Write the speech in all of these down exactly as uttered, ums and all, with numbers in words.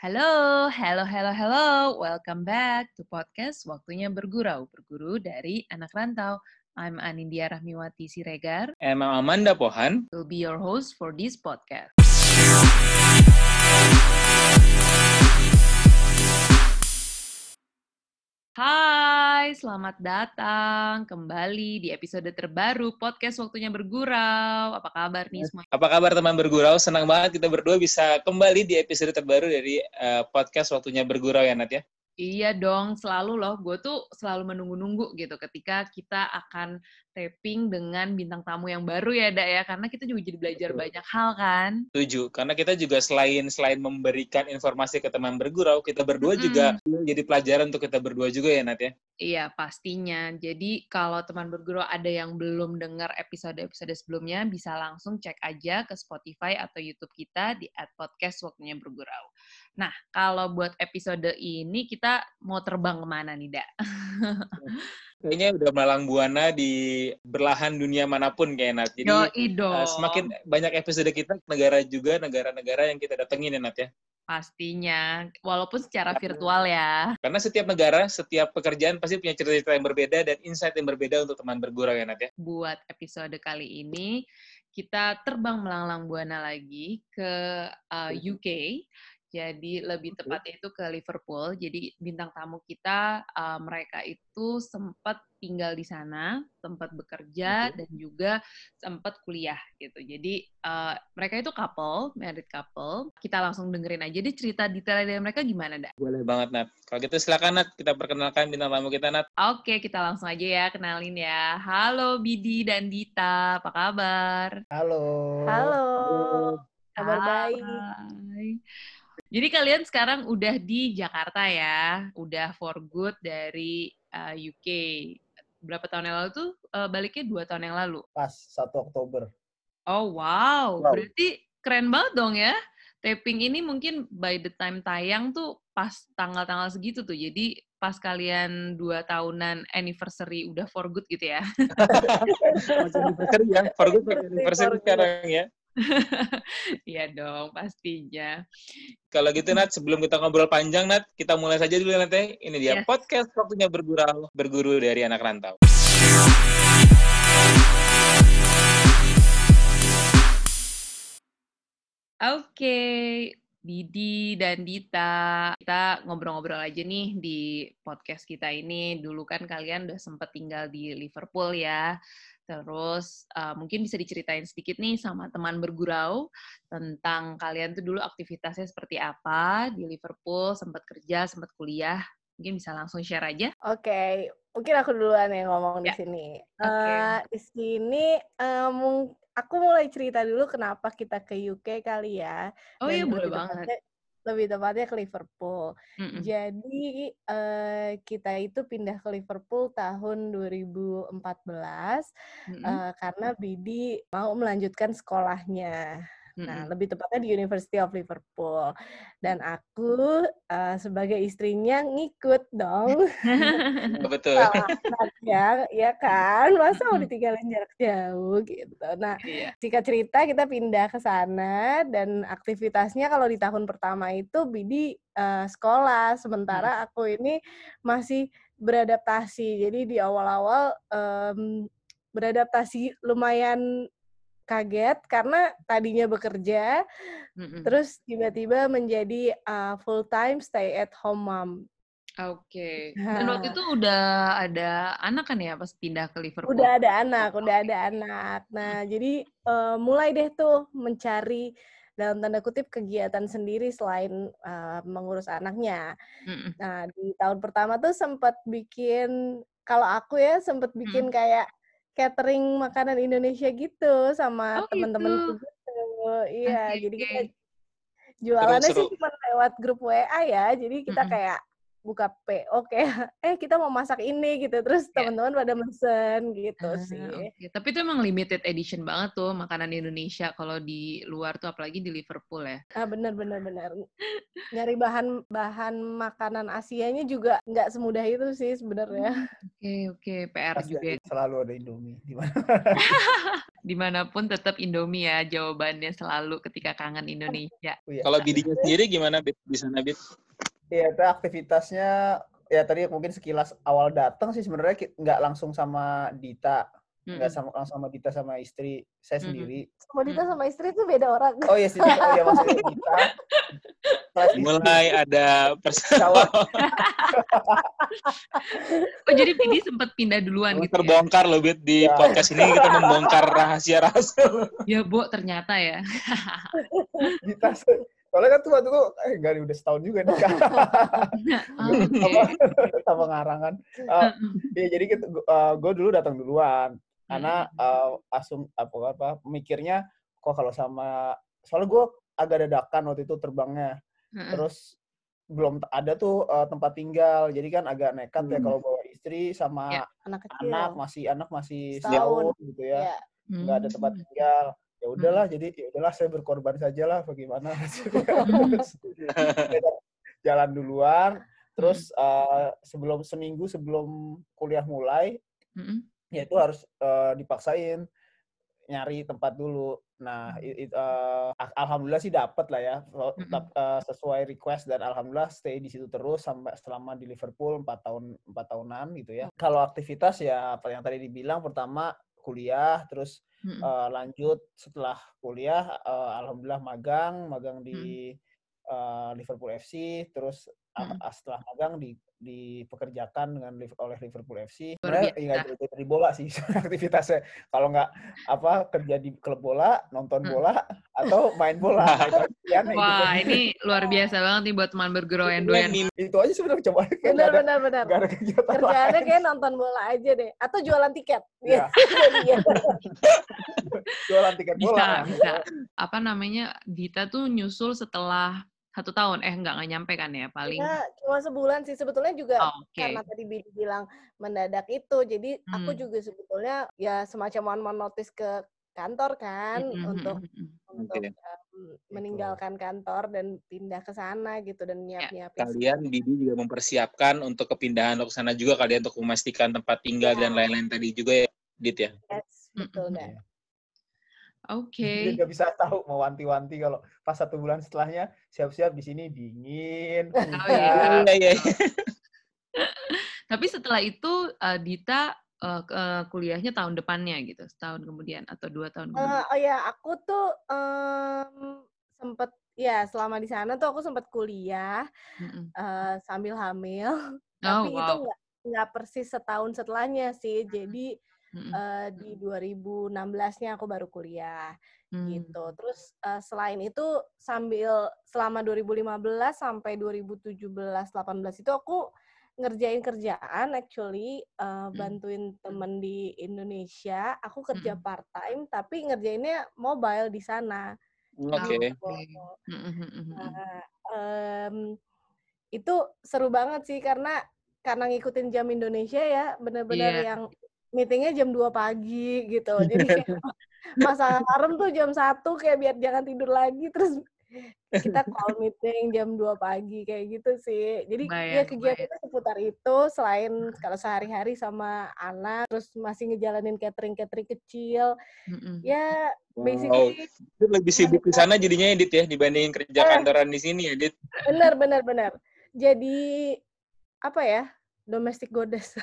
Halo, halo, halo, halo. Welcome back to podcast Waktunya Bergurau, berguru dari anak rantau. I'm Anindya Rahmiwati Siregar. And I'm Amanda Pohan. Will be your host for this podcast. Hai, selamat datang kembali di episode terbaru podcast Waktunya Bergurau. Apa kabar nih semua? Apa kabar teman bergurau? Senang banget kita berdua bisa kembali di episode terbaru dari uh, podcast Waktunya Bergurau ya, Nat ya? Iya dong, selalu loh. Gue tuh selalu menunggu-nunggu gitu ketika kita akan taping dengan bintang tamu yang baru ya, Dak ya. Karena kita juga jadi belajar Betul. banyak hal kan. Setuju, karena kita juga selain selain memberikan informasi ke teman bergurau, kita berdua mm-hmm. juga jadi pelajaran untuk kita berdua juga ya, Nat ya? Iya, pastinya. Jadi kalau teman bergurau ada yang belum dengar episode-episode sebelumnya, bisa langsung cek aja ke Spotify atau YouTube kita di at podcast Waktunya Bergurau. Nah, kalau buat episode ini kita mau terbang kemana nih, Dak? Kayaknya udah melalang buana di belahan dunia manapun kayak Nat. Jadi uh, semakin banyak episode kita, negara juga, negara-negara yang kita datengin ya, Nat ya? Pastinya, walaupun secara virtual ya. Karena setiap negara, setiap pekerjaan pasti punya cerita-cerita yang berbeda dan insight yang berbeda untuk teman bergurau ya, Nat ya? Buat episode kali ini, kita terbang melanglang buana lagi ke uh, U K. Jadi lebih tepatnya itu ke Liverpool. Jadi bintang tamu kita, uh, mereka itu sempat tinggal di sana, sempat bekerja, dan juga sempat kuliah gitu. Jadi uh, mereka itu couple, married couple. Kita langsung dengerin aja deh cerita detailnya dari mereka gimana, Dak? Boleh banget, Nat. Kalau gitu silakan, Nat. Kita perkenalkan bintang tamu kita, Nat. Oke, kita langsung aja ya, kenalin ya. Halo Bidi dan Dita, apa kabar? Halo. Halo. Kabar baik. Jadi kalian sekarang udah di Jakarta ya, udah for good dari uh, U K. Berapa tahun yang lalu tuh? Uh, baliknya dua tahun yang lalu? Pas, satu Oktober. Oh wow, wow. Berarti keren banget dong ya. Taping ini mungkin by the time tayang tuh pas tanggal-tanggal segitu tuh. Jadi pas kalian dua tahunan anniversary udah for good gitu ya. Anniversary ya, for good anniversary sekarang ya. Iya dong, pastinya. Kalau gitu, Nat, sebelum kita ngobrol panjang, Nat, kita mulai saja dulu, Nat. Ini dia yes. Podcast Waktunya Bergurau, berguru dari anak rantau. Oke, okay. Didi dan Dita, kita ngobrol-ngobrol aja nih di podcast kita ini. Dulu kan kalian udah sempet tinggal di Liverpool ya. Terus uh, mungkin bisa diceritain sedikit nih sama teman bergurau tentang kalian tuh dulu aktivitasnya seperti apa di Liverpool, sempat kerja, sempat kuliah. Mungkin bisa langsung share aja. Oke, okay. Mungkin aku duluan yang ngomong ya. di sini. Okay. Uh, di sini um, aku mulai cerita dulu kenapa kita ke U K kali ya. Oh iya, boleh banget. Lebih tepatnya ke Liverpool. Mm-mm. Jadi uh, kita itu pindah ke Liverpool tahun dua ribu empat belas uh, karena Bidi mau melanjutkan sekolahnya. Mm-mm. Nah, lebih tepatnya di University of Liverpool. Dan aku uh, sebagai istrinya ngikut dong. Betul. ya, ya kan? Masa mau ditinggalin jarak jauh gitu. Nah, iya. Singkat cerita kita pindah ke sana dan aktivitasnya kalau di tahun pertama itu Bidi uh, sekolah, sementara aku ini masih beradaptasi. Jadi di awal-awal um, beradaptasi lumayan kaget karena tadinya bekerja, mm-mm. terus tiba-tiba menjadi uh, full time stay at home mom. Oke. Okay. Dan waktu itu udah ada anak kan ya pas pindah ke Liverpool? Udah ada anak, udah ada anak. Nah, jadi uh, mulai deh tuh mencari dalam tanda kutip kegiatan sendiri selain uh, mengurus anaknya. Mm-mm. Nah, di tahun pertama tuh sempat bikin, kalau aku ya sempat bikin mm. kayak catering makanan Indonesia gitu sama oh, teman-temanku gitu. gitu. Iya, okay, jadi okay. kita jualannya seru, seru. sih cuma lewat grup W A ya. Jadi kita mm-hmm. kayak buka P O kayak eh kita mau masak ini gitu. Terus yeah. teman-teman pada mesen gitu ah, sih. Okay. Tapi itu emang limited edition banget tuh makanan Indonesia kalau di luar tuh, apalagi di Liverpool ya. Ah benar benar benar. Nyari bahan bahan makanan Asianya juga nggak semudah itu sih sebenarnya. Oke okay, oke okay. P R Pas juga. Selalu ada Indomie di mana. Dimanapun tetap Indomie ya jawabannya selalu ketika kangen Indonesia. Oh, iya. Kalau bidinya sendiri gimana, Bit? Di sana, Bit? Iya, itu aktivitasnya ya tadi mungkin sekilas awal datang sih sebenarnya nggak langsung sama Dita. Nggak sama langsung sama Dita sama istri. Saya sendiri. Sama Dita sama istri itu beda orang. Oh iya, sih. Oh iya, maksudnya Dita. Mulai ada persamaan. Oh, jadi Bidi sempat pindah duluan gitu terbongkar ya? Loh, Bit. Di ya. Podcast ini kita membongkar rahasia-rahasia. Ya, Bu, ternyata ya. Dita, soalnya kan tuh waktu itu, eh gak udah setahun juga nih. Okay. Sama ngarangan. Uh, ya, jadi gitu, uh, gue dulu datang duluan. Karena uh, asum apa apa mikirnya kok kalau sama soalnya gue agak dadakan waktu itu terbangnya. Terus belum ada tuh uh, tempat tinggal, jadi kan agak nekat hmm. ya kalau bawa istri sama ya, anak, anak masih anak masih setahun gitu ya, nggak ya. ada tempat tinggal. Ya udahlah, hmm. jadi ya udahlah saya berkorban saja lah, bagaimana? Jalan duluan, terus uh, sebelum seminggu sebelum kuliah mulai, hmm. ya itu harus uh, dipaksain nyari tempat dulu. Nah, it, it, uh, alhamdulillah sih dapat lah ya, mm-hmm. uh, sesuai request dan alhamdulillah stay di situ terus sampai selama di Liverpool empat tahun empat tahunan gitu ya. Kalau aktivitas ya apa yang tadi dibilang, pertama kuliah, terus mm-hmm. uh, lanjut setelah kuliah uh, alhamdulillah magang, magang di mm-hmm. uh, Liverpool F C, terus mm-hmm. uh, setelah magang di dipekerjakan dengan oleh Liverpool F C. Sebenarnya nggak jauh dari bola sih aktivitasnya. Kalau nggak apa kerja di klub bola, nonton bola, atau main bola. Wah, ini luar biasa banget nih buat teman bergeroyan doyan. Itu aja sebenarnya coba. Benar, benar, benar. Gak ada kegiatan kerjaannya kayak nonton bola aja deh. Atau jualan tiket. Iya. Jualan tiket bola. Bisa, bisa. Apa namanya, Dita tuh nyusul setelah satu tahun, eh enggak, enggak nyampe kan ya, paling? Ya, cuma sebulan sih. Sebetulnya juga oh, okay. karena tadi Billy bilang mendadak itu, jadi hmm. aku juga sebetulnya ya semacam one-man notice ke kantor kan, mm-hmm. untuk okay. untuk um, meninggalkan kantor dan pindah ke sana gitu, dan nyiap-nyiapin. Ya, kalian, Didi juga mempersiapkan untuk kepindahan ke sana juga kalian untuk memastikan tempat tinggal ya. Dan lain-lain tadi juga ya, Dit ya? Yes, betul mm-hmm. deh. Oke. Okay. Dia nggak bisa tahu mau wanti-wanti kalau pas satu bulan setelahnya siap-siap di sini dingin. Oh iya. Iya, iya. Tapi setelah itu uh, Dita uh, uh, kuliahnya tahun depannya gitu, setahun kemudian atau dua tahun kemudian. Uh, oh ya, aku tuh um, sempet ya selama di sana tuh aku sempet kuliah uh, sambil hamil. Oh, tapi wow. itu nggak nggak persis setahun setelahnya sih. Jadi Mm-hmm. Uh, di dua ribu enam belas-nya aku baru kuliah mm. gitu. Terus uh, selain itu sambil selama dua ribu lima belas sampai dua ribu tujuh belas delapan belas itu aku ngerjain kerjaan actually uh, bantuin mm. temen di Indonesia. Aku kerja mm. part time tapi ngerjainnya mobile di sana. Oke. Okay. Gitu. Nah, um, itu seru banget sih karena karena ngikutin jam Indonesia ya, benar-benar yeah. yang meetingnya jam dua pagi gitu. Jadi kayak masa alarm tuh jam satu kayak biar jangan tidur lagi. Terus kita call meeting jam dua pagi kayak gitu sih. Jadi bayang, ya kegiatannya seputar itu. Selain kalau sehari-hari sama anak, terus masih ngejalanin catering-catering kecil. Mm-mm. Ya basically. Wow. Itu lebih sibuk di sana jadinya Edit ya dibanding kerja kantoran di sini ya Edit. Benar, benar, benar. Jadi apa ya? Domestic goddess.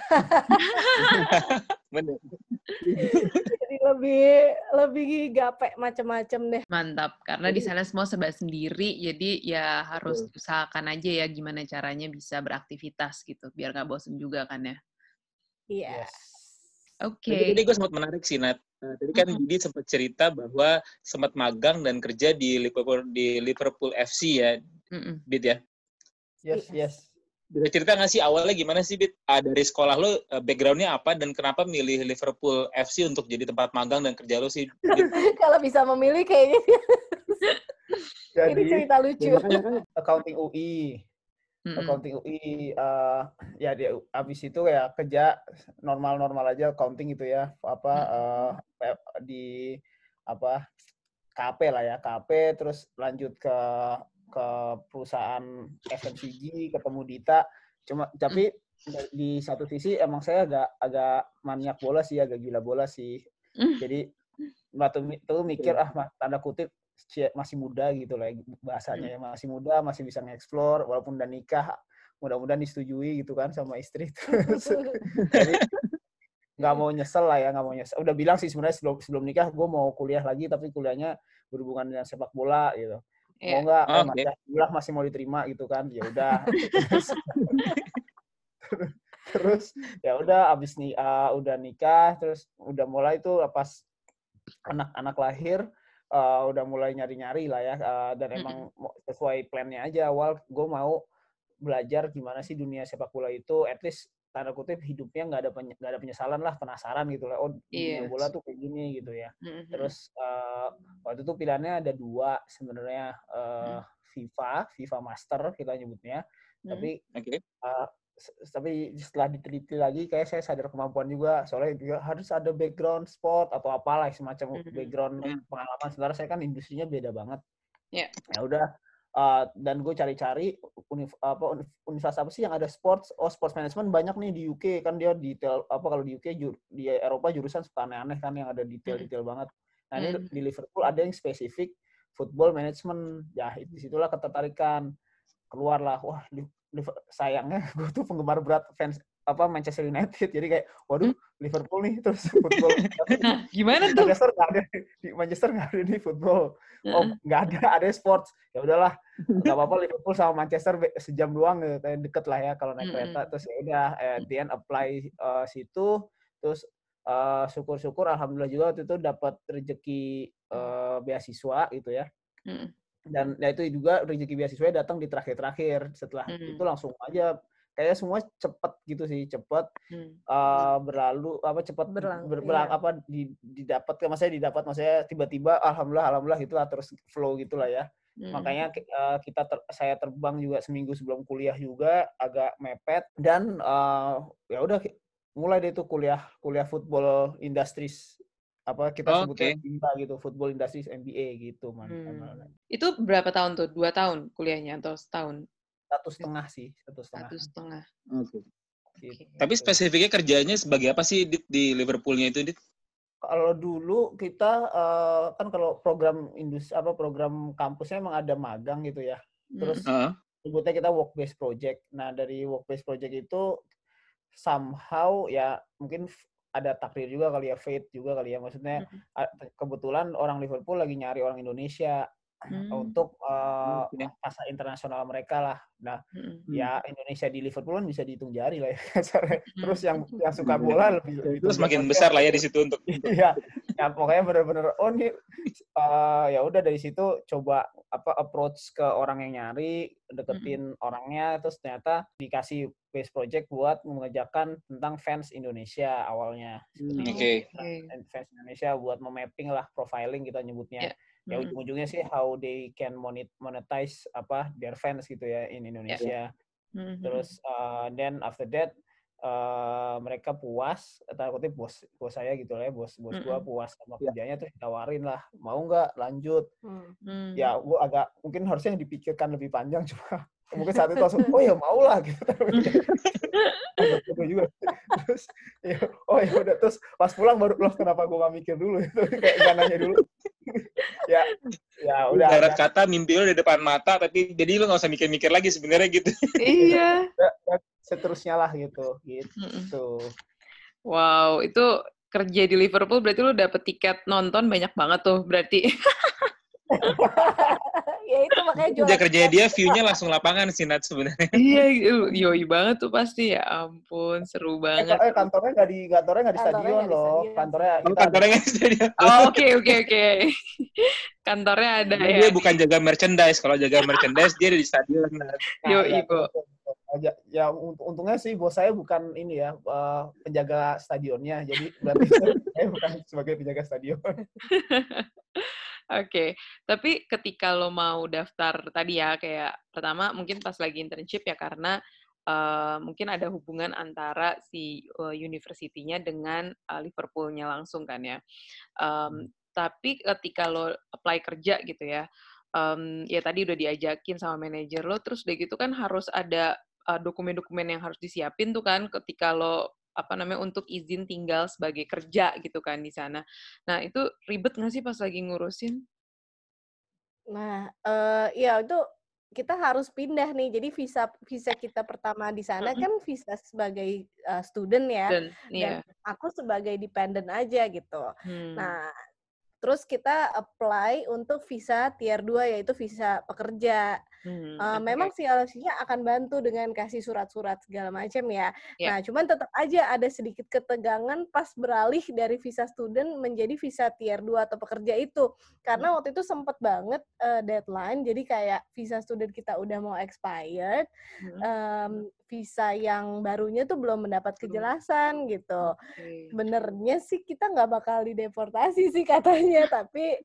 Bener. Jadi lebih lebih gape macam-macam deh. Mantap, karena di sana semua serba sendiri, jadi ya harus hmm. usahakan aja ya gimana caranya bisa beraktivitas gitu, biar nggak bosen juga kan ya. Iya. Yes. Oke. Okay. Jadi gue sempat menarik sih, Nat. Nah, tadi kan Didi sempat cerita bahwa sempat magang dan kerja di Liverpool di Liverpool F C ya, Didi ya. Yes, yes. Bisa cerita nggak sih awalnya gimana sih, Bit? Uh, dari sekolah lo, uh, background-nya apa, dan kenapa milih Liverpool F C untuk jadi tempat magang dan kerja lo sih, Bit? Kalau bisa memilih kayaknya. Jadi, ini cerita lucu. Kan accounting U I. Mm-hmm. Accounting U I, uh, ya dia abis itu ya kerja normal-normal aja accounting gitu ya. Apa, mm-hmm. uh, di apa K P lah ya, K P, terus lanjut ke ke perusahaan F M C G, ketemu Dita. Cuma tapi mm. di satu sisi emang saya agak agak maniak bola sih, agak gila bola sih. Mm. Jadi waktu itu mikir ah tanda kutip masih muda gitu lah bahasanya ya, masih muda, masih bisa nge-explore walaupun udah nikah, mudah-mudahan disetujui gitu kan sama istri. Terus jadi nggak mau nyesel lah ya, nggak mau nyesel. Udah bilang sih sebenarnya sebelum sebelum nikah gue mau kuliah lagi tapi kuliahnya berhubungan dengan sepak bola gitu. Mau nggak? Yeah. Eh, okay. Masih masih mau diterima gitu kan? Ya udah. terus, terus ya udah abis nih uh, udah nikah, terus udah mulai tuh pas anak-anak lahir. Uh, udah mulai nyari-nyari lah ya, uh, dan emang sesuai plan-nya aja awal gue mau belajar gimana sih dunia sepak bola itu, at least tanda kutip hidupnya nggak ada nggak ada penyesalan lah, penasaran gitu lah, oh dunia yes. bola tuh kayak gini gitu ya. Mm-hmm. Terus uh, waktu itu pilihannya ada dua sebenarnya, uh, mm. FIFA, FIFA Master kita nyebutnya, mm. tapi okay. uh, tapi setelah diteliti lagi kayak saya sadar kemampuan juga, soalnya juga harus ada background sport atau apalah semacam mm-hmm. background mm-hmm. pengalaman. Sebenarnya saya kan industrinya beda banget. Yeah. Ya udah, uh, dan gue cari-cari univ, apa universitas apa sih yang ada sports, oh sports management banyak nih di U K kan, dia detail apa kalau di U K jur, di Eropa jurusan suka aneh-aneh kan yang ada detail-detail mm-hmm. banget. Nah ini mm-hmm. di Liverpool ada yang spesifik football management, ya disitulah ketertarikan, keluarlah wah di, sayangnya gue tuh penggemar berat fans apa Manchester United, jadi kayak waduh hmm? Liverpool nih terus football. Nah, gimana tuh? Manchester nggak ada di Manchester nggak ada nih football. Oh nggak ada, ada sports. Ya udahlah, nggak apa-apa Liverpool sama Manchester sejam doang gitu, deket lah ya kalau naik kereta. Terus ya udah, at the end apply uh, situ, terus uh, syukur-syukur alhamdulillah juga waktu itu dapat rezeki uh, beasiswa gitu ya. Hmm. Dan ya itu juga rezeki beasiswa datang di terakhir-terakhir, setelah hmm. itu langsung aja kayak semua cepet gitu sih, cepet hmm. uh, berlalu apa cepet berlang, ber, berlang, iya. apa di, didapat maksudnya didapat maksudnya tiba-tiba alhamdulillah alhamdulillah gitulah terus flow gitulah ya. Hmm. Makanya uh, kita ter, saya terbang juga seminggu sebelum kuliah juga agak mepet, dan uh, ya udah mulai deh itu kuliah kuliah football industries, apa kita oh, sebutnya okay. I M B A gitu, football industries M B A gitu man. Hmm. Itu berapa tahun tuh? Dua tahun kuliahnya atau setahun? Satu setengah sih, satu setengah. Satu setengah. Oke. Okay. Gitu. Tapi spesifiknya kerjanya sebagai apa sih di, di Liverpoolnya itu, Dit? Kalau dulu kita uh, kan kalau program industri apa program kampusnya emang ada magang gitu ya. Terus uh-huh. sebutnya kita work based project. Nah dari work based project itu somehow ya mungkin ada takdir juga kali ya, fate juga kali ya, maksudnya mm-hmm. kebetulan orang Liverpool lagi nyari orang Indonesia mm-hmm. untuk uh, mm-hmm. pasar internasional mereka lah. Nah mm-hmm. ya Indonesia di Liverpool kan bisa dihitung jari lah ya. Terus yang yang suka bola lebih itu semakin besar lah ya di situ untuk iya ya pokoknya benar-benar oh nih uh, ya udah dari situ coba apa approach ke orang yang nyari, deketin mm-hmm. orangnya, terus ternyata dikasih base project buat mengerjakan tentang fans Indonesia awalnya. Oke. Okay. Fans Indonesia buat memapping lah, profiling kita nyebutnya. Yeah. Ya mm-hmm. ujung-ujungnya sih how they can monetize apa their fans gitu ya in Indonesia. Yeah. Mm-hmm. Terus uh, then after that uh, mereka puas, tanda kutip bos bos saya gitu lah ya, bos bos mm-hmm. gua puas sama kerjanya, terus ditawarin lah mau nggak lanjut. Mm-hmm. Ya gua agak mungkin harusnya yang dipikirkan lebih panjang, cuma mungkin saat itu langsung oh ya mau lah gitu. Agak bodoh juga. Terus ya, oh ya udah, terus pas pulang baru loh kenapa gue gak mikir dulu itu kayak gak nanya dulu. ya ya udah. Ibarat kata mimpi lo di depan mata, tapi jadi lo nggak usah mikir-mikir lagi sebenarnya gitu. Iya. Seterusnya lah gitu gitu. Wow, itu kerja di Liverpool berarti lo dapet tiket nonton banyak banget tuh berarti. Ya itu makanya jualan. Dia kerjanya dia view-nya langsung lapangan sih Nat sebenarnya. Iya, yoi banget tuh pasti, ya ampun, seru banget. Eh, kantornya nggak di kantornya nggak di stadion loh. Kantornya oh, kantornya nggak di stadion. Oh, oke oke oke. Kantornya ada nah, ya. Dia bukan jaga merchandise. Kalau jaga merchandise dia ada di stadion. Nah, yoi, Bu. Ya, ya untungnya sih bos saya bukan ini ya uh, penjaga stadionnya, jadi berarti saya bukan sebagai penjaga stadion. Oke, okay. Tapi ketika lo mau daftar tadi ya, kayak pertama mungkin pas lagi internship ya, karena uh, mungkin ada hubungan antara si uh, university-nya dengan uh, Liverpool-nya langsung kan ya. Um, hmm. Tapi ketika lo apply kerja gitu ya, um, ya tadi udah diajakin sama manajer lo, terus udah gitu kan harus ada uh, dokumen-dokumen yang harus disiapin tuh kan ketika lo apa namanya untuk izin tinggal sebagai kerja gitu kan di sana. Nah itu ribet nggak sih pas lagi ngurusin? Nah, uh, ya itu kita harus pindah nih. Jadi visa visa kita pertama di sana mm-hmm. kan visa sebagai uh, student ya, dan, dan yeah. aku sebagai dependent aja gitu. Hmm. Nah, terus kita apply untuk visa tier dua yaitu visa pekerja. Hmm, uh, okay. Memang si L F C-nya akan bantu dengan kasih surat-surat segala macam ya. Yeah. Nah, cuman tetap aja ada sedikit ketegangan pas beralih dari visa student menjadi visa tier dua atau pekerja itu. Karena hmm. waktu itu sempet banget uh, deadline, jadi kayak visa student kita udah mau expired, hmm. um, visa yang barunya tuh belum mendapat kejelasan gitu. Okay. Sebenarnya sih kita nggak bakal dideportasi sih katanya, tapi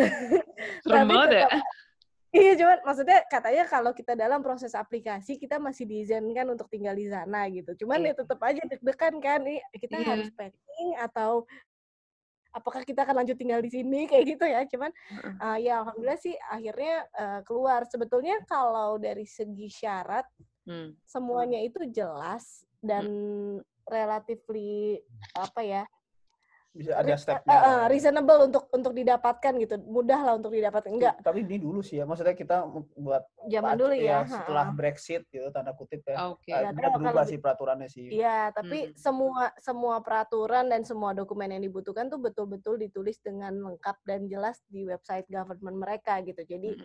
serem banget ya. Iya, cuman maksudnya katanya kalau kita dalam proses aplikasi kita masih diizinkan untuk tinggal di sana gitu. Cuman yeah. ya tetap aja deg-degan kan, nih kita yeah. harus packing atau apakah kita akan lanjut tinggal di sini kayak gitu ya. Cuman uh, ya alhamdulillah sih akhirnya uh, keluar. Sebetulnya kalau dari segi syarat hmm. semuanya itu jelas dan hmm. relatively apa ya? Bisa ada step-nya. Uh, uh, reasonable untuk untuk didapatkan gitu. Mudah lah untuk didapatkan. Enggak. Tapi ini dulu sih ya. Maksudnya kita buat zaman dulu ya. Setelah Brexit gitu tanda kutip ya. Oke. Okay. Uh, ya, berubah sih peraturannya sih. Iya, tapi hmm. semua semua peraturan dan semua dokumen yang dibutuhkan tuh betul-betul ditulis dengan lengkap dan jelas di website government mereka gitu. Jadi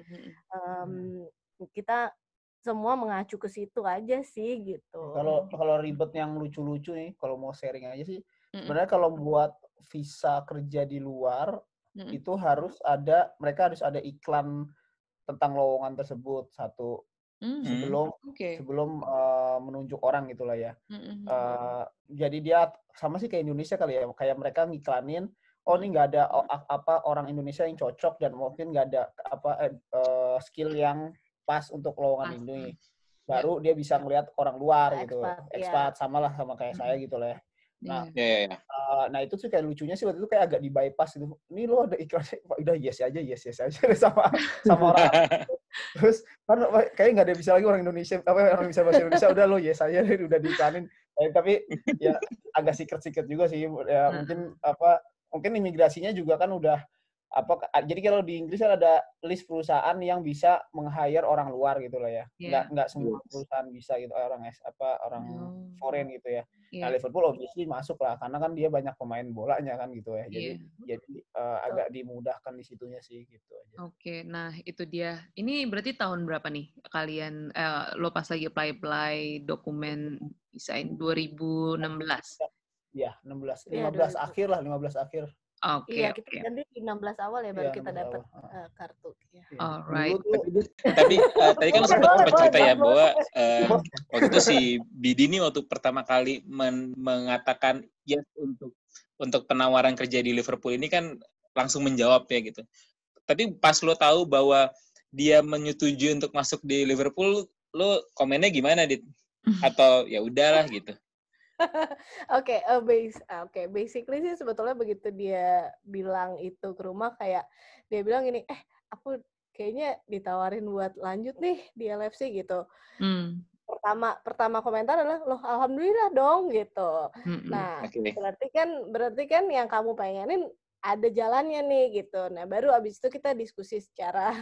um, kita semua mengacu ke situ aja sih gitu. Kalau kalau ribet yang lucu-lucu nih, kalau mau sharing aja sih. Sebenarnya kalau buat visa kerja di luar mm-hmm. itu harus ada mereka harus ada iklan tentang lowongan tersebut satu mm-hmm. sebelum okay. sebelum uh, menunjuk orang gitulah ya. Mm-hmm. Uh, jadi dia sama sih kayak Indonesia kali ya, kayak mereka ngiklanin oh ini nggak ada oh, apa orang Indonesia yang cocok dan mungkin nggak ada apa uh, skill yang pas untuk lowongan ah. ini. Baru yeah. dia bisa ngelihat orang luar expat, gitu, expat yeah. sama lah sama kayak mm-hmm. saya gitu lah ya. Nah, yeah, yeah, yeah. Uh, nah itu sih kayak lucunya sih waktu itu kayak agak di bypass gitu. Ini lo ada iklannya, udah yes aja, yes yes aja sama sama orang. Terus kan kayaknya nggak ada bisa lagi orang Indonesia, apa orang bisa bahasa Indonesia udah lo yes aja, udah diiklanin. Eh, tapi ya agak siket-siket juga sih. Ya mungkin apa, mungkin imigrasinya juga kan udah apa. Jadi kalau di Inggris kan ada list perusahaan yang bisa meng-hire orang luar gitu lah ya. Yeah. Nggak nggak semua perusahaan bisa gitu orang apa orang oh. foreign gitu ya. Yeah. Nah Liverpool obviously masuk lah karena kan dia banyak pemain bolanya kan gitu ya. Jadi yeah. jadi uh, agak dimudahkan di situnya sih gitu aja. Oke, okay. Nah itu dia. Ini berarti tahun berapa nih kalian uh, lo pas lagi apply-apply dokumen desain dua ribu enam belas? Iya, enam belas. lima belas yeah, akhir lah, lima belas akhir. Oke. Okay, iya, kita okay. ganti di enam belas awal ya baru yeah, kita dapat uh, kartu. Ya. Alright. Tapi uh, tadi kan sempat cerita ya bahwa uh, waktu itu si Bidi ini waktu pertama kali men- mengatakan yes untuk untuk penawaran kerja di Liverpool ini kan langsung menjawab ya gitu. Tapi pas lo tahu bahwa dia menyetujui untuk masuk di Liverpool, lo komennya gimana, Dit? Atau ya udahlah gitu? Oke, okay, uh, base, oke, okay. Basically sih sebetulnya begitu dia bilang itu ke rumah kayak dia bilang gini, eh aku kayaknya ditawarin buat lanjut nih di L F C gitu. Hmm. Pertama pertama komentar adalah loh alhamdulillah dong gitu. Hmm. Nah okay. berarti kan berarti kan yang kamu pengenin ada jalannya nih gitu. Nah baru abis itu kita diskusi secara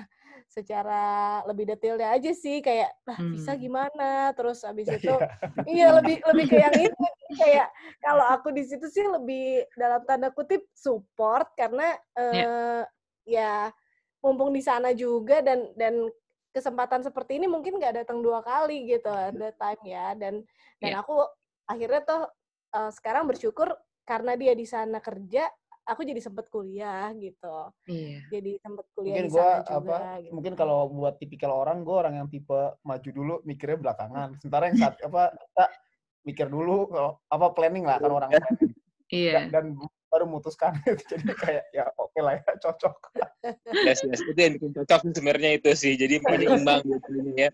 secara lebih detailnya aja sih kayak nah bisa gimana terus abis itu iya lebih lebih ke yang itu kayak kalau aku di situ sih lebih dalam tanda kutip support karena yeah. uh, ya mumpung di sana juga dan dan kesempatan seperti ini mungkin nggak datang dua kali gitu ada time ya dan dan yeah. aku akhirnya tuh uh, sekarang bersyukur karena dia di sana kerja aku jadi sempet kuliah gitu. Iya. Jadi sempet kuliah mungkin di sana juga. Apa, gitu. Mungkin kalau buat tipikal orang, gue orang yang tipe maju dulu, mikirnya belakangan. Sementara yang saat apa kita mikir dulu, kalau apa planning lah kan orang planning. Iya. Dan, dan baru memutuskan. Jadi kayak ya oke okay lah ya, cocok. Yes, yes. Itu yang bikin cocok sebenarnya itu sih. Jadi penyeimbang gitu ya.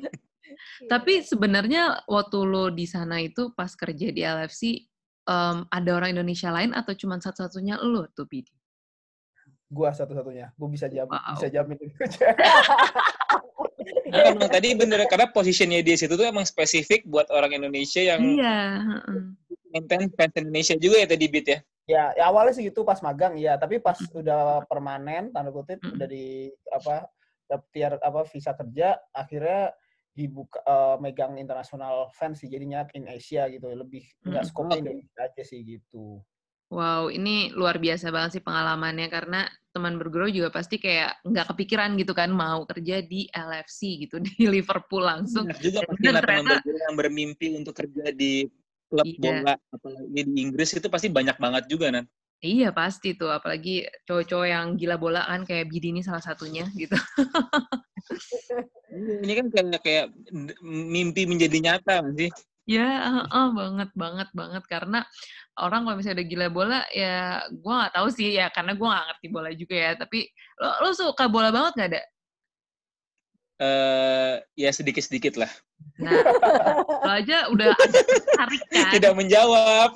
Tapi sebenarnya waktu lo di sana itu pas kerja di L F C, Um, ada orang Indonesia lain atau cuma satu-satunya lo tuh, Bidi? Gua satu-satunya. Gua bisa jamin, wow. bisa jamin itu. Nah, kan tadi bener karena posisinya dia situ tuh emang spesifik buat orang Indonesia yang iya. maintain fans Indonesia juga ya tadi Bit ya? Ya, ya awalnya sih gitu pas magang ya, tapi pas udah permanen tanda kutip udah di apa daftar apa visa kerja akhirnya dibuka uh, megang internasional fans sih jadinya in Asia gitu lebih nggak Mm. skopnya Indonesia aja sih gitu. Wow, ini luar biasa banget sih pengalamannya karena teman berguru juga pasti kayak nggak kepikiran gitu kan mau kerja di L F C gitu di Liverpool langsung. Banyak juga pasti lah teman berguru yang bermimpi untuk kerja di klub iya. bola apalagi di Inggris itu pasti banyak banget juga Nan. Iya pasti tuh, apalagi cowok-cowok yang gila bola kan kayak Bidi ini salah satunya gitu. Ini kan kayak kayak mimpi menjadi nyata sih. Ya, uh, uh, banget banget banget karena orang kalau misalnya udah gila bola ya gue nggak tahu sih ya karena gue nggak ngerti bola juga ya. Tapi lo, lo suka bola banget nggak ada? Uh, ya sedikit-sedikit lah. Nah, lo aja udah ada tertarik kan? Tidak menjawab.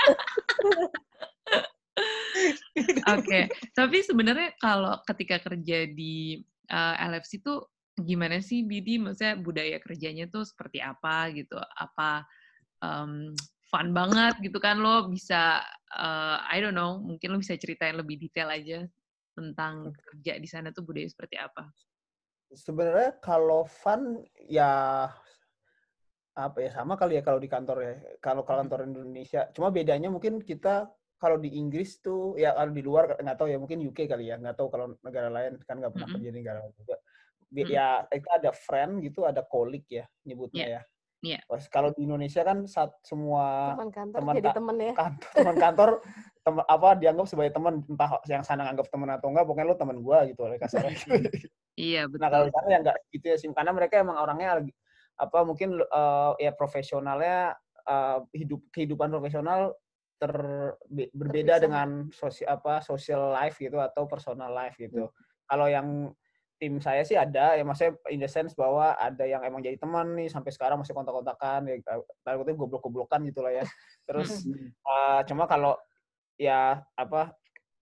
Oke, okay. Tapi sebenarnya kalau ketika kerja di uh, L F C tuh gimana sih Bidi? Maksudnya budaya kerjanya tuh seperti apa gitu? Apa um, fun banget gitu kan lo bisa, uh, I don't know, mungkin lo bisa ceritain lebih detail aja tentang kerja di sana tuh budaya seperti apa? Sebenarnya kalau fun ya apa ya sama kali ya kalau di kantor ya. Kalau kantor Indonesia, cuma bedanya mungkin kita kalau di Inggris tuh ya kalau di luar nggak tahu ya mungkin U K kali ya nggak tahu kalau negara lain kan nggak pernah mm-hmm. kerja di negara lain juga mm-hmm. ya itu ada friend gitu ada colleague ya nyebutnya yeah. ya yeah. Kalau di Indonesia kan saat semua teman kantor teman jadi ka- teman ya kantor, teman kantor teman apa dianggap sebagai teman entah yang sana nganggap teman atau enggak pokoknya lo teman gua gitu oleh kasarnya iya betul. Nah kalau di sana ya nggak gitu ya sih karena mereka emang orangnya apa mungkin uh, ya profesionalnya uh, hidup kehidupan profesional ter berbeda Terpisah. dengan sosial apa social life gitu atau personal life gitu. Hmm. Kalau yang tim saya sih ada ya maksudnya in the sense bahwa ada yang emang jadi teman nih sampai sekarang masih kontak-kontakan ya takutnya goblok-goblokan gitu lah ya. Terus uh, cuma kalau ya apa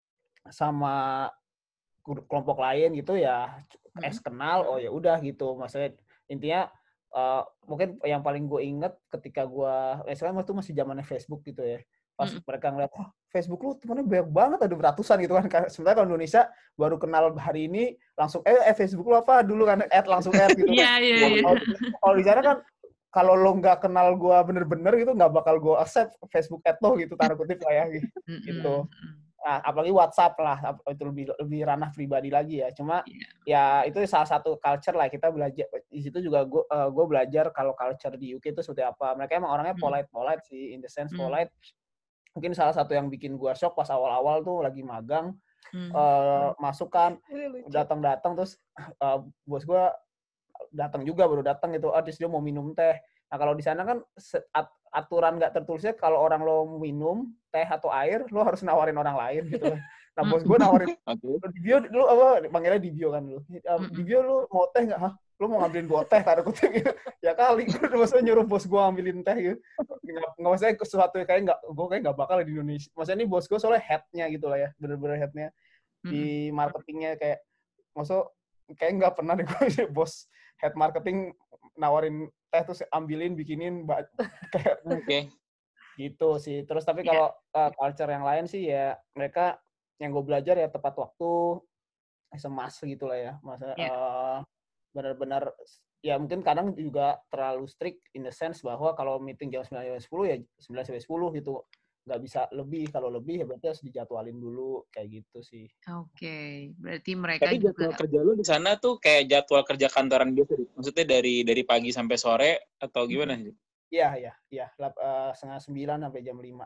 sama kelompok lain gitu ya hmm. es kenal oh ya udah gitu. Maksudnya intinya uh, mungkin yang paling gue inget ketika gue eh, sekarang itu masih zamannya Facebook gitu ya. Pas mm. mereka ngeliat, oh, Facebook lu temennya banyak banget, ada beratusan gitu kan. Sebenarnya kalau Indonesia baru kenal hari ini, langsung, eh, eh Facebook lu apa? Dulu kan, add, langsung add gitu. Iya, iya, iya. Kalau di sana kan, kalau lo nggak kenal gue bener-bener gitu, nggak bakal gue accept Facebook add lo gitu, tanda kutip lah ya. Gitu. Nah, apalagi WhatsApp lah, itu lebih lebih ranah pribadi lagi ya. Cuma yeah. ya itu salah satu culture lah, kita belajar. Di situ juga gue uh, gue belajar kalau culture di U K itu seperti apa. Mereka emang orangnya polite-polite sih, in the sense polite. Mungkin salah satu yang bikin gua shock pas awal-awal tuh lagi magang hmm. uh, masuk kan datang-datang terus uh, bos gua datang juga baru datang gitu, ah dia mau minum teh. Nah kalau di sana kan at- aturan nggak tertulisnya kalau orang lo minum teh atau air lo harus nawarin orang lain gitu. Nah bos gua nawarin di bio lu apa panggilnya di bio kan lu di bio lu mau teh nggak? Hah? Lu mau ngambilin gua teh tanda kutip gitu. Ya kali gue maksudnya nyuruh bos gua ngambilin teh gitu. Nggak, nggak maksudnya sesuatu kayak nggak, gue kayak nggak bakal di Indonesia. Maksudnya ini bos gue soalnya head-nya gitu lah ya, bener-bener head-nya di marketingnya kayak, maksud kayak nggak pernah deh gue bos head marketing nawarin teh terus ambilin, bikinin, kayak okay. gitu sih. Terus tapi kalau yeah. uh, culture yang lain sih ya mereka yang gue belajar ya tepat waktu, semas gitu lah ya, maksudnya yeah. uh, benar-benar ya mungkin kadang juga terlalu strict in the sense bahwa kalau meeting jam sembilan sampai sepuluh ya sembilan sampai sepuluh gitu. Nggak bisa lebih. Kalau lebih ya berarti harus dijadwalin dulu kayak gitu sih. Oke, okay. Berarti mereka Tapi jadwal juga... kerja lu di sana tuh kayak jadwal kerja kantoran biasa, maksudnya dari dari pagi sampai sore atau gimana sih? Iya, iya, iya. Uh, setengah sembilan sampai jam lima.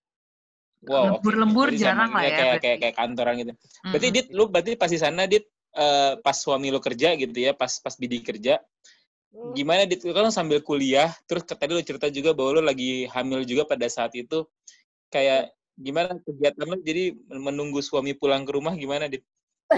Wow, lembur-lembur okay. jarang lah ya. Kayak kayak kayak kantoran gitu. Mm-hmm. Berarti Dit, lu berarti pas di sana Dit uh, pas suami lu kerja gitu ya, pas pas Bidi kerja. Gimana Dit, kan sambil kuliah, terus tadi lu cerita juga bahwa lu lagi hamil juga pada saat itu. Kayak gimana kegiatan lu jadi menunggu suami pulang ke rumah gimana Dit?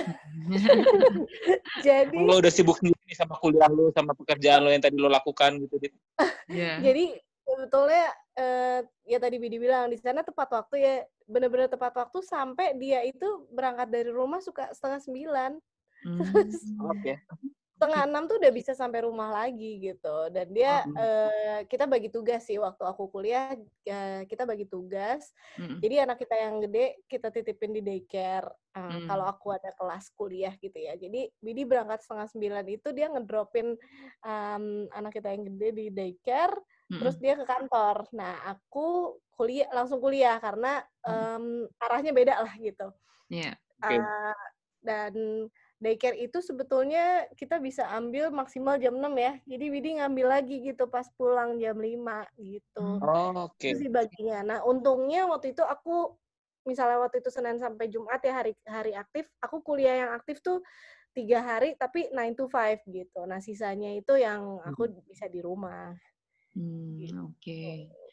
Jadi lu udah sibuk sendiri sama kuliah lu, sama pekerjaan lu yang tadi lu lakukan gitu Dit. Yeah. Jadi sebetulnya eh, ya tadi Bidi bilang di sana tepat waktu ya, benar-benar tepat waktu sampai dia itu berangkat dari rumah suka setengah sembilan. Hmm. Oke. Okay. setengah enam tuh udah bisa sampai rumah lagi gitu. Dan dia Oh. uh, kita bagi tugas sih waktu aku kuliah, uh, kita bagi tugas. Mm. Jadi anak kita yang gede kita titipin di daycare. Uh, mm. Kalau aku ada kelas kuliah gitu ya. Jadi Bidi berangkat setengah sembilan itu dia ngedropin um, anak kita yang gede di daycare, mm. terus dia ke kantor. Nah aku kuliah langsung kuliah karena um, arahnya beda lah gitu. Yeah. Okay. Uh, dan daycare itu sebetulnya kita bisa ambil maksimal jam enam ya. Jadi Widi ngambil lagi gitu pas pulang jam lima gitu. Oh, oke. Okay. Itu sih baginya. Nah, untungnya waktu itu aku misalnya waktu itu Senin sampai Jumat ya hari hari aktif, aku kuliah yang aktif tuh tiga hari tapi nine to five gitu. Nah, sisanya itu yang aku bisa di rumah. Hmm, gitu. Oke. Okay.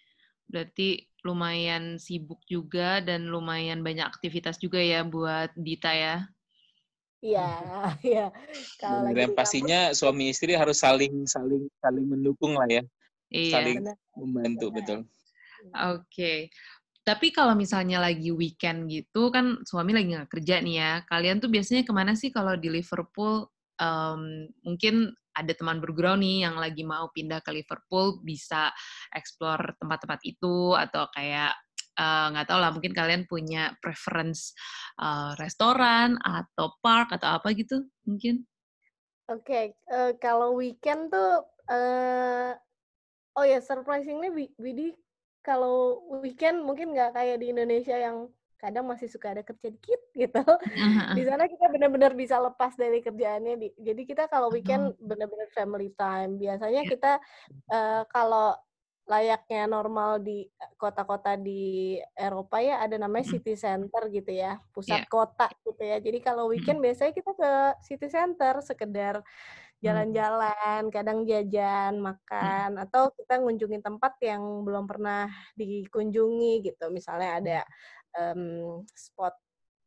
Berarti lumayan sibuk juga dan lumayan banyak aktivitas juga ya buat Dita ya. Iya, iya. Kalau lagi dan pastinya kampus, suami istri harus saling saling saling mendukung lah ya. Iya, saling benar. Membantu, benar. Betul. Oke. Okay. Tapi kalau misalnya lagi weekend gitu, kan suami lagi nggak kerja nih ya. Kalian tuh biasanya kemana sih kalau di Liverpool? Um, mungkin ada teman bergurau nih yang lagi mau pindah ke Liverpool, bisa explore tempat-tempat itu, atau kayak nggak uh, tahu lah, mungkin kalian punya preference uh, restoran atau park atau apa gitu mungkin. Oke, okay. uh, kalau weekend tuh uh, oh ya, surprisingly Widi kalau weekend mungkin nggak kayak di Indonesia yang kadang masih suka ada kerja dikit gitu. Uh-huh. Di sana kita benar-benar bisa lepas dari kerjaannya. Jadi kita kalau weekend uh-huh. benar-benar family time. Biasanya yeah. kita uh, kalau layaknya normal di kota-kota di Eropa ya ada namanya city center gitu ya, pusat yeah. kota gitu ya. Jadi kalau weekend mm-hmm. biasanya kita ke city center sekedar jalan-jalan, kadang jajan, makan, mm-hmm. atau kita ngunjungin tempat yang belum pernah dikunjungi gitu. Misalnya ada um, spot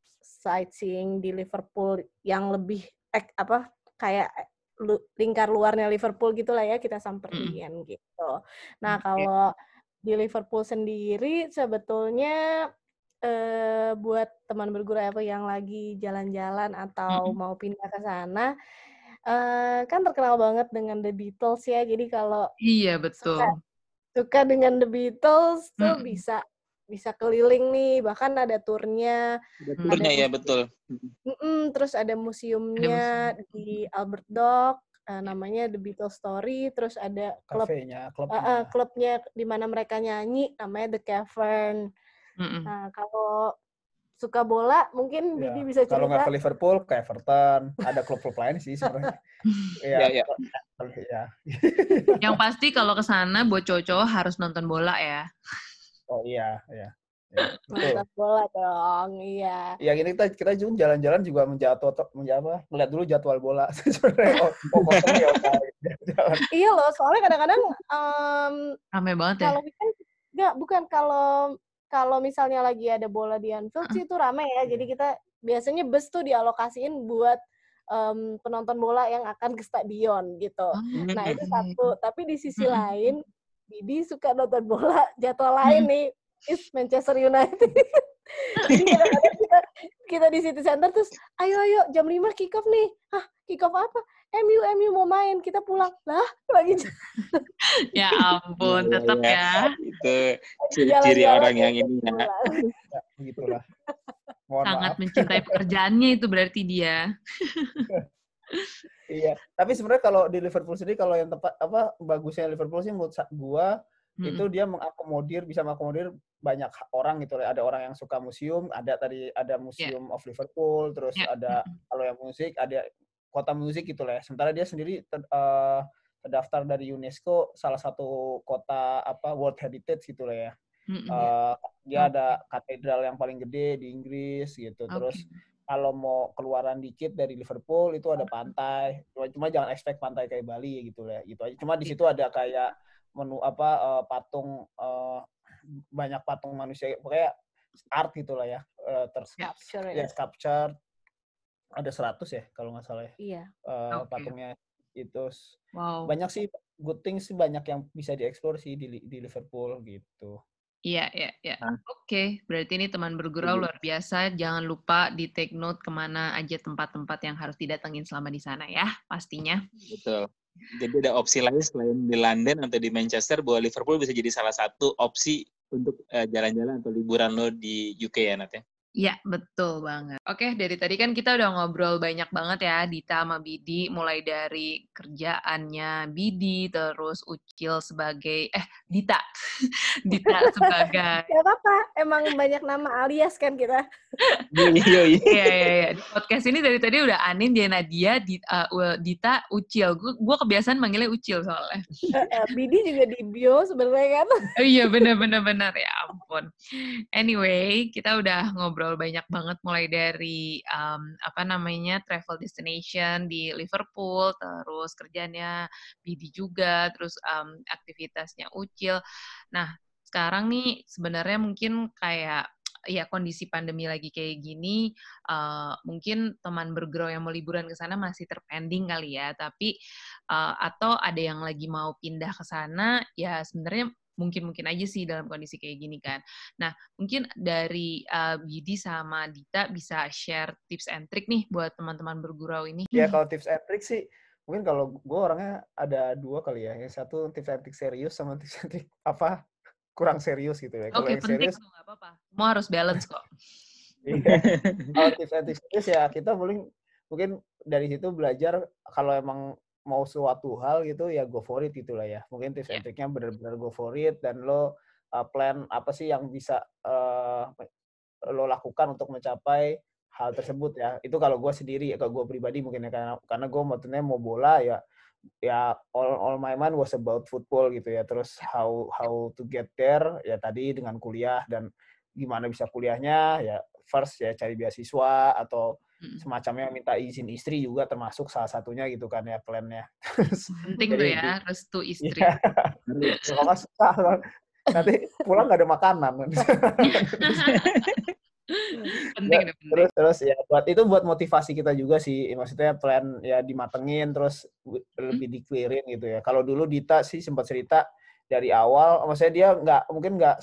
sightseeing di Liverpool yang lebih eh, apa kayak lu, lingkar luarnya Liverpool gitulah ya, kita samperin mm. gitu. Nah, kalau di Liverpool sendiri sebetulnya eh, buat teman bergurau apa yang lagi jalan-jalan atau mm. mau pindah ke sana, eh, kan terkenal banget dengan The Beatles ya. Jadi kalau iya betul suka, suka dengan The Beatles tuh mm. bisa bisa keliling nih, bahkan ada turnya. Ada turnya ya, betul. Mm-mm, terus ada museumnya ada museum. Di Albert Dock, uh, namanya The Beatles Story, terus ada klub, kafenya, klubnya. Uh, uh, klubnya di mana mereka nyanyi, namanya The Cavern. Mm-mm. Nah, kalau suka bola, mungkin ya, Bidi bisa cerita. Kalau nggak ke Liverpool, ke Everton. Ada klub-klub lain sih sebenarnya. Iya, iya. Ya. Yang pasti kalau ke sana buat cowok-cowok harus nonton bola ya. Oh iya, iya. Ya, nonton bola dong, iya. Ya gini kita kita juga jalan-jalan juga menjatuh menjapa melihat dulu jadwal bola sebenarnya. Oh, oh kosong ya. Iya loh, soalnya kadang-kadang um, ramai banget kalau ya. weekend enggak, bukan kalau kalau misalnya lagi ada bola di Anfield sih itu ramai ya. Jadi kita biasanya bus tuh dialokasiin buat um, penonton bola yang akan ke stadion gitu. Nah, itu satu, tapi di sisi lain Bidi suka nonton bola jadwal lain nih, is Manchester United. Jadi kadang-kadang kita kita di City Center terus, ayo ayo jam lima kick off nih. Hah, kick off apa? M U M U mau main, kita pulang. Lah, lagi. Ya ampun, tetap ya. Itu ciri-ciri orang yang ini ya. Ya begitulah. Mohon sangat maaf. Mencintai pekerjaannya itu berarti dia. Iya, tapi sebenarnya kalau di Liverpool sendiri kalau yang tepat apa bagusnya Liverpool sih menurut gua hmm. itu dia mengakomodir bisa mengakomodir banyak orang gitu. Ada orang yang suka museum, ada tadi ada Museum yeah. of Liverpool, terus yeah. ada kalau yang musik ada kota musik gitu lah. Sementara dia sendiri ter, uh, terdaftar dari UNESCO salah satu kota apa World Heritage gitu lah ya. Mm-hmm. Uh, dia okay. ada katedral yang paling gede di Inggris gitu. Terus okay. kalau mau keluaran dikit dari Liverpool itu ada pantai. Cuma, cuma jangan expect pantai kayak Bali gitu ya. Gitu aja. Cuma di situ ada kayak menu apa uh, patung uh, banyak patung manusia kayak art gitulah ya. Uh, ter sculpture ya sculpture. Ada seratus ya kalau nggak salah ya. Iya. Uh, okay. Patungnya itu. Wow. Banyak sih good things sih banyak yang bisa dieksplor sih di di Liverpool gitu. Iya, iya, iya. Oke, okay. Berarti ini teman bergurau luar biasa. Jangan lupa di take note kemana aja tempat-tempat yang harus didatengin selama di sana ya, pastinya. Betul. Jadi ada opsi lain selain di London atau di Manchester, bahwa Liverpool bisa jadi salah satu opsi untuk uh, jalan-jalan atau liburan lo di U K ya, Nat ya? Iya, betul banget. Oke, dari tadi kan kita udah ngobrol banyak banget ya, Dita sama Bidi, mulai dari kerjaannya Bidi, terus Ucil sebagai, eh, Dita. Dita sebagai... Ya apa-apa, emang banyak nama alias kan kita. Iya, iya. Iya, iya, iya. Di podcast ini dari tadi udah Anin, dia Nadia, Dita, uh, Dita Ucil. Gue kebiasaan manggilnya Ucil soalnya. Bidi juga di bio sebenarnya kan. Oh iya, bener-bener bener ya ampun. Anyway, kita udah ngobrol banyak banget mulai dari um, apa namanya travel destination di Liverpool, terus kerjanya Bidi juga, terus um, aktivitasnya Ucil. Nah, sekarang nih sebenarnya mungkin kayak ya kondisi pandemi lagi kayak gini, uh, mungkin teman bergurau yang mau liburan ke sana masih terpending kali ya, tapi uh, atau ada yang lagi mau pindah ke sana, ya sebenarnya mungkin-mungkin aja sih dalam kondisi kayak gini kan. Nah, mungkin dari uh, Bidi sama Dita bisa share tips and trick nih buat teman-teman bergurau ini. Ya, kalau tips and trick sih, mungkin kalau gue orangnya ada dua kali ya. Yang satu tips and trick serius sama tips and trick apa kurang serius gitu ya. Kalau Oke, yang penting serius, tuh nggak apa-apa. Semua harus balance kok. Iya. Kalau tips and trick serius ya kita paling mungkin dari situ belajar kalau emang mau suatu hal gitu ya go for it gitulah ya. Mungkin tips and trick-nya benar-benar go for it dan lo uh, plan apa sih yang bisa uh, lo lakukan untuk mencapai hal tersebut ya. Itu kalau gue sendiri, kalau gue pribadi mungkin ya, karena karena gue maksudnya mau bola ya ya all, all my mind was about football gitu ya. Terus how how to get there ya tadi dengan kuliah dan gimana bisa kuliahnya ya first ya cari beasiswa atau semacamnya minta izin istri juga termasuk salah satunya gitu kan ya plannya. Penting tuh ya, restu istri. Ya, kalau susah nanti pulang nggak ada makanan. Penting, ya, penting. Terus terus ya buat itu buat motivasi kita juga sih, maksudnya plan ya dimatengin terus lebih di-clearin gitu ya. Kalau dulu Dita sih sempat cerita dari awal, maksudnya dia nggak mungkin nggak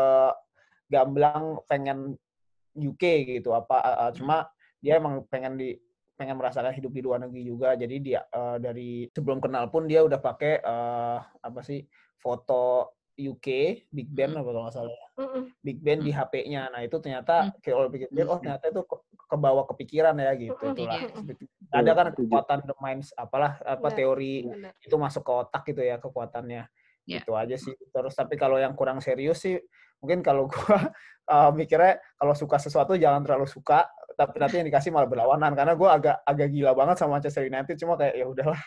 segamblang pengen U K gitu apa uh, cuma dia emang pengen di pengen merasakan hidup di luar negeri juga. Jadi dia uh, dari sebelum kenal pun dia udah pakai uh, apa sih foto U K Big Ben apa kalau nggak salah Big Ben di H P-nya. Nah itu ternyata kalau pikir-pikir oh ternyata itu ke, ke bawah kepikiran ya gitu. Itulah ada kan kekuatan the minds apalah apa teori itu masuk ke otak gitu ya kekuatannya. Itu aja sih. Terus tapi kalau yang kurang serius sih mungkin kalau gua uh, mikirnya kalau suka sesuatu jangan terlalu suka, tapi nanti yang dikasih malah berlawanan karena gue agak agak gila banget sama Manchester United, cuma kayak ya udahlah.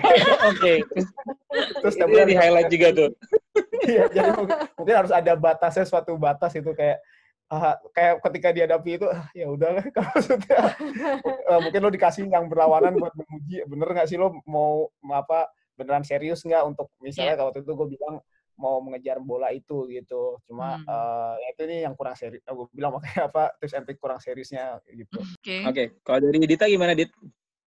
Oke. Terus tapi di highlight juga tuh. Iya, jadi mungkin, mungkin harus ada batasnya, suatu batas itu kayak uh, kayak ketika dihadapi itu ah, ya udahlah kalau maksudnya uh, mungkin lo dikasih yang berlawanan buat menguji bener nggak sih lo mau apa beneran serius nggak untuk misalnya yeah. Kalau waktu itu gue bilang mau mengejar bola itu gitu, cuma hmm. uh, itu nih yang kurang serius. Gue bilang makanya apa tips and trick kurang seriusnya gitu. Oke, okay. okay. Kalau dari Dita gimana, Dit?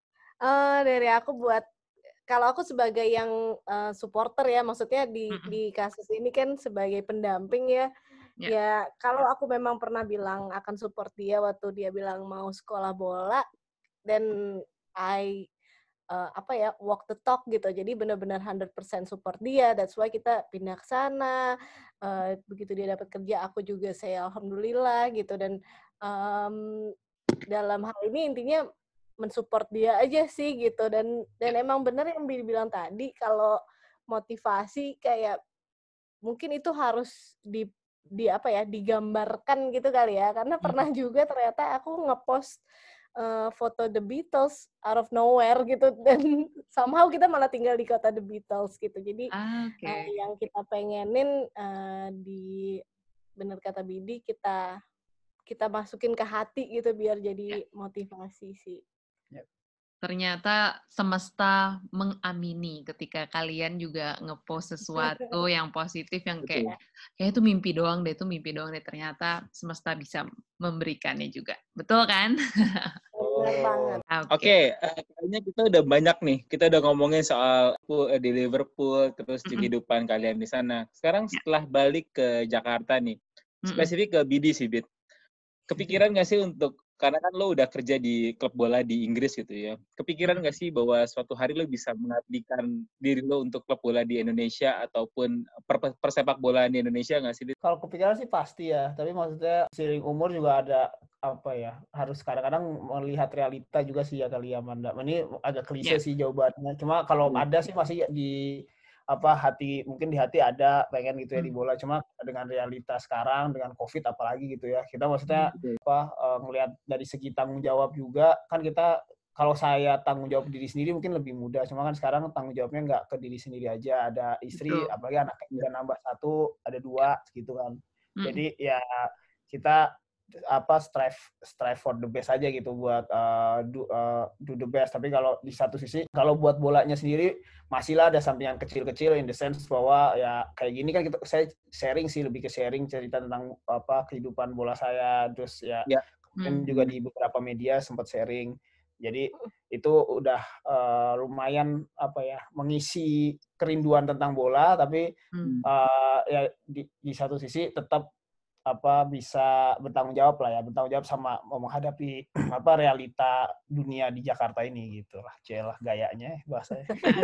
Uh, dari aku buat kalau aku sebagai yang uh, supporter ya, maksudnya di hmm. di kasus ini kan sebagai pendamping ya. Yeah. Ya kalau aku memang pernah bilang akan support dia waktu dia bilang mau sekolah bola, dan I Uh, apa ya walk the talk gitu, jadi benar-benar one hundred percent support dia. That's why kita pindah ke sana. Uh, begitu dia dapat kerja, aku juga saya alhamdulillah gitu. Dan um, dalam hal ini intinya mensupport dia aja sih gitu. Dan dan emang benar yang dibilang tadi, kalau motivasi kayak mungkin itu harus di di apa ya digambarkan gitu kali ya, karena pernah juga ternyata aku ngepost Uh, foto The Beatles out of nowhere gitu, dan somehow kita malah tinggal di kota The Beatles gitu. Jadi ah, okay. uh, yang kita pengenin uh, di bener kata Bidi, kita kita masukin ke hati gitu biar jadi yeah. motivasi sih. Yeah. Ternyata semesta mengamini ketika kalian juga ngepost sesuatu yang positif yang kayak kayak itu mimpi doang deh, itu mimpi doang deh. Ternyata semesta bisa memberikannya juga. Betul kan? Oh, Benar banget. Oke, okay, uh, kayaknya kita udah banyak nih. Kita udah ngomongin soal uh, di Liverpool, terus mm-hmm. kehidupan kalian di sana. Sekarang setelah balik ke Jakarta nih, mm-hmm. spesifik ke Bidi sih, Bid. Kepikiran nggak sih untuk, karena kan lo udah kerja di klub bola di Inggris gitu ya, kepikiran nggak sih bahwa suatu hari lo bisa mengabdikan diri lo untuk klub bola di Indonesia ataupun per- persepak bola di Indonesia nggak sih? Kalau kepikiran sih pasti ya, tapi maksudnya seiring umur juga ada apa ya, harus kadang-kadang melihat realita juga sih ya kali ya, Manda. Ini agak klise yeah. sih jawabannya, cuma kalau hmm. ada sih masih di apa hati, mungkin di hati ada pengen gitu ya hmm. di bola, cuma dengan realitas sekarang dengan COVID apalagi gitu ya, kita maksudnya hmm. apa uh, ngelihat dari segi tanggung jawab juga kan, kita kalau saya tanggung jawab diri sendiri mungkin lebih mudah, cuma kan sekarang tanggung jawabnya nggak ke diri sendiri aja, ada istri, betul. Apalagi anaknya udah nambah satu, ada dua gitu kan. Hmm. Jadi ya kita apa strive strive for the best aja gitu buat uh, do, uh, do the best. Tapi kalau di satu sisi kalau buat bolanya sendiri masihlah ada sampingan kecil-kecil in the sense bahwa ya kayak gini kan kita saya sharing sih, lebih ke sharing cerita tentang apa kehidupan bola saya, terus ya yeah. hmm. juga di beberapa media sempat sharing. Jadi itu udah uh, lumayan apa ya, mengisi kerinduan tentang bola, tapi hmm. uh, ya di, di satu sisi tetap apa bisa bertanggung jawab lah ya, bertanggung jawab sama menghadapi apa realita dunia di Jakarta ini gitu lah, celah gayanya bahasanya.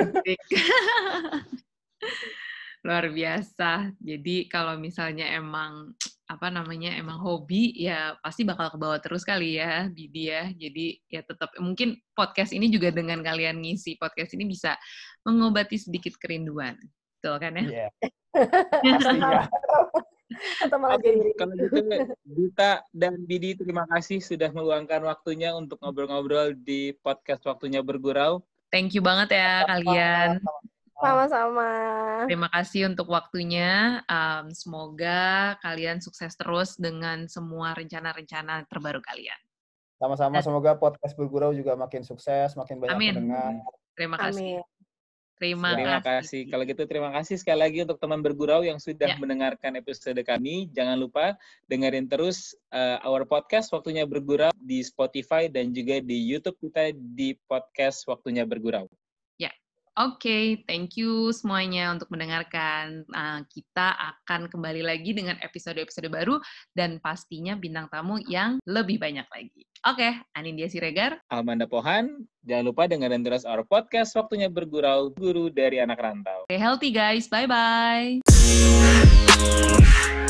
Luar biasa. Jadi kalau misalnya emang apa namanya emang hobi ya pasti bakal ke bawah terus kali ya Bidi ya. Jadi ya tetap mungkin podcast ini juga dengan kalian ngisi podcast ini bisa mengobati sedikit kerinduan. Betul kan ya? Iya. Yeah. Pasti ya. Atau malah jadi kalau gitu Dita dan Bidi, terima kasih sudah meluangkan waktunya untuk ngobrol-ngobrol di podcast Waktunya Bergurau. Thank you banget ya kalian. Sama-sama. Terima kasih untuk waktunya. Um, semoga kalian sukses terus dengan semua rencana-rencana terbaru kalian. Sama-sama. Semoga podcast Bergurau juga makin sukses, makin banyak Amin. pendengar. Terima kasih. Amin. Terima, terima kasih. kasih. Kalau gitu terima kasih sekali lagi untuk teman Bergurau yang sudah ya. mendengarkan episode kami. Jangan lupa dengerin terus uh, our podcast Waktunya Bergurau di Spotify dan juga di YouTube kita di podcast Waktunya Bergurau. Ya, oke. Okay. Thank you semuanya untuk mendengarkan. Uh, kita akan kembali lagi dengan episode-episode baru dan pastinya bintang tamu yang lebih banyak lagi. Oke, okay. Anindya Siregar, Amanda Pohan. Jangan lupa dengerin terus our podcast Waktunya Bergurau, guru dari anak rantau. Stay healthy guys, bye-bye.